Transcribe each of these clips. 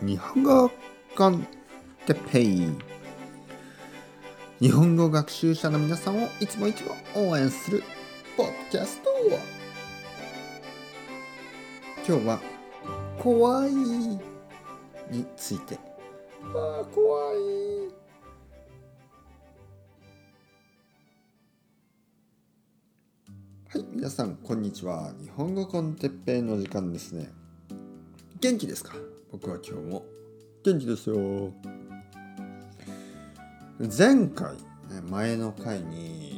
日本語コンテッペイ。日本語学習者の皆さんをいつも応援するポッドキャスト。今日は怖いについて。怖い。はい、皆さんこんにちは。日本語コンテッペイの時間ですね。元気ですか？僕は今日も元気ですよ。前回、前の回に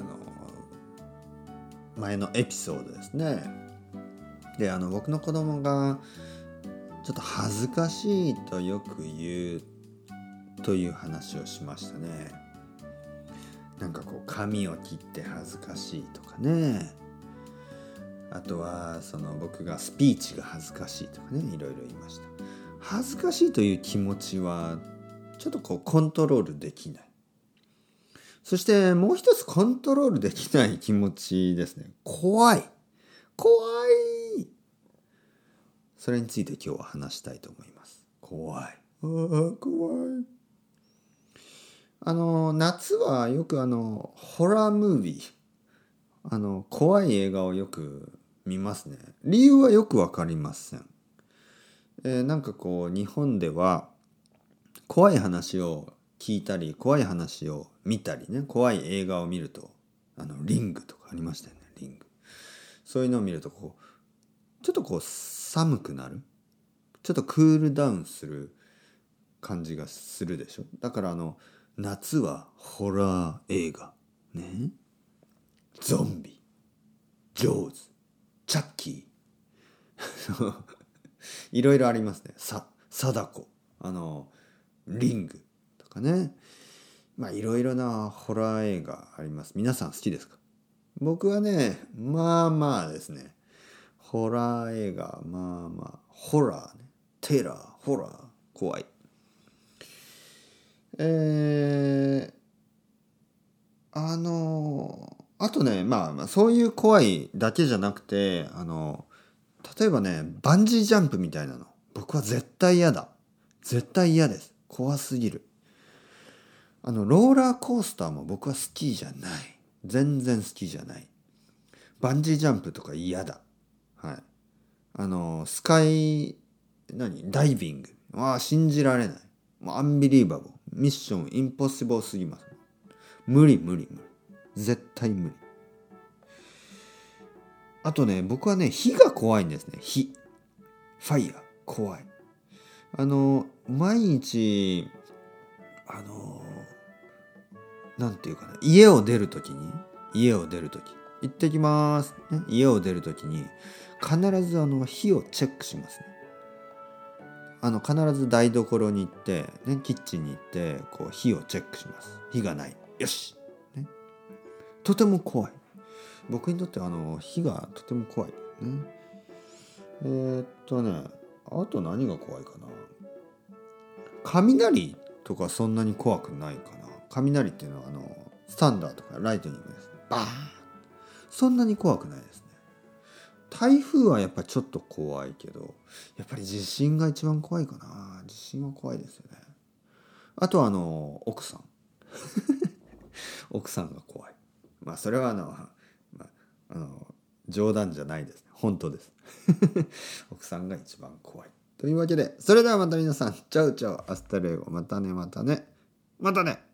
前のエピソードですね。で、僕の子供がちょっと恥ずかしいとよく言うという話をしましたね。なんかこう髪を切って恥ずかしいとかね。あとは僕がスピーチが恥ずかしいとかね、いろいろ言いました。恥ずかしいという気持ちはちょっとこうコントロールできない。そしてもう一つコントロールできない気持ちですね。怖い。それについて今日は話したいと思います。怖い。夏はよくホラームービー、怖い映画をよく見ますね。理由はよくわかりません。なんかこう日本では怖い話を聞いたり怖い話を見たりね、怖い映画を見るとリングとかありましたよね。リング、そういうのを見るとこうちょっとこう寒くなる、ちょっとクールダウンする感じがするでしょ。だから夏はホラー映画ね、ゾンビ、ジョーズ、チャッキーいろいろありますね。貞子、リングとかね。いろいろなホラー映画あります。皆さん好きですか？僕はね、まあですね。ホラー映画、ホラーね。テラー、ホラー、怖い。あとね、そういう怖いだけじゃなくて、例えばね、バンジージャンプみたいなの。僕は絶対嫌だ。絶対嫌です。怖すぎる。ローラーコースターも僕は好きじゃない。全然好きじゃない。バンジージャンプとか嫌だ。はい。スカイ、ダイビング。信じられない。アンビリーバボー。ミッションインポッシブルすぎます。無理。絶対無理。あとね、僕はね、火が怖いんですね。火。ファイヤー。怖い。毎日、なんていうかな、家を出るとき、行ってきます、ね、家を出るときに必ず火をチェックしますね。必ず台所に行って、ね、キッチンに行ってこう火をチェックします。火がない。よし、ね、とても怖い。僕にとって火がとても怖い、ね。あと何が怖いかな。雷とかそんなに怖くないかな。雷っていうのはスタンダーとかライトニングですね。バーン、そんなに怖くないですね。台風はやっぱちょっと怖いけど、やっぱり地震が一番怖いかな。地震は怖いですよね。あとは奥さん奥さんが怖い。それは冗談じゃないです。本当です奥さんが一番怖いというわけで、それではまた皆さん、チャウチャウ、アスタレゴ、またね。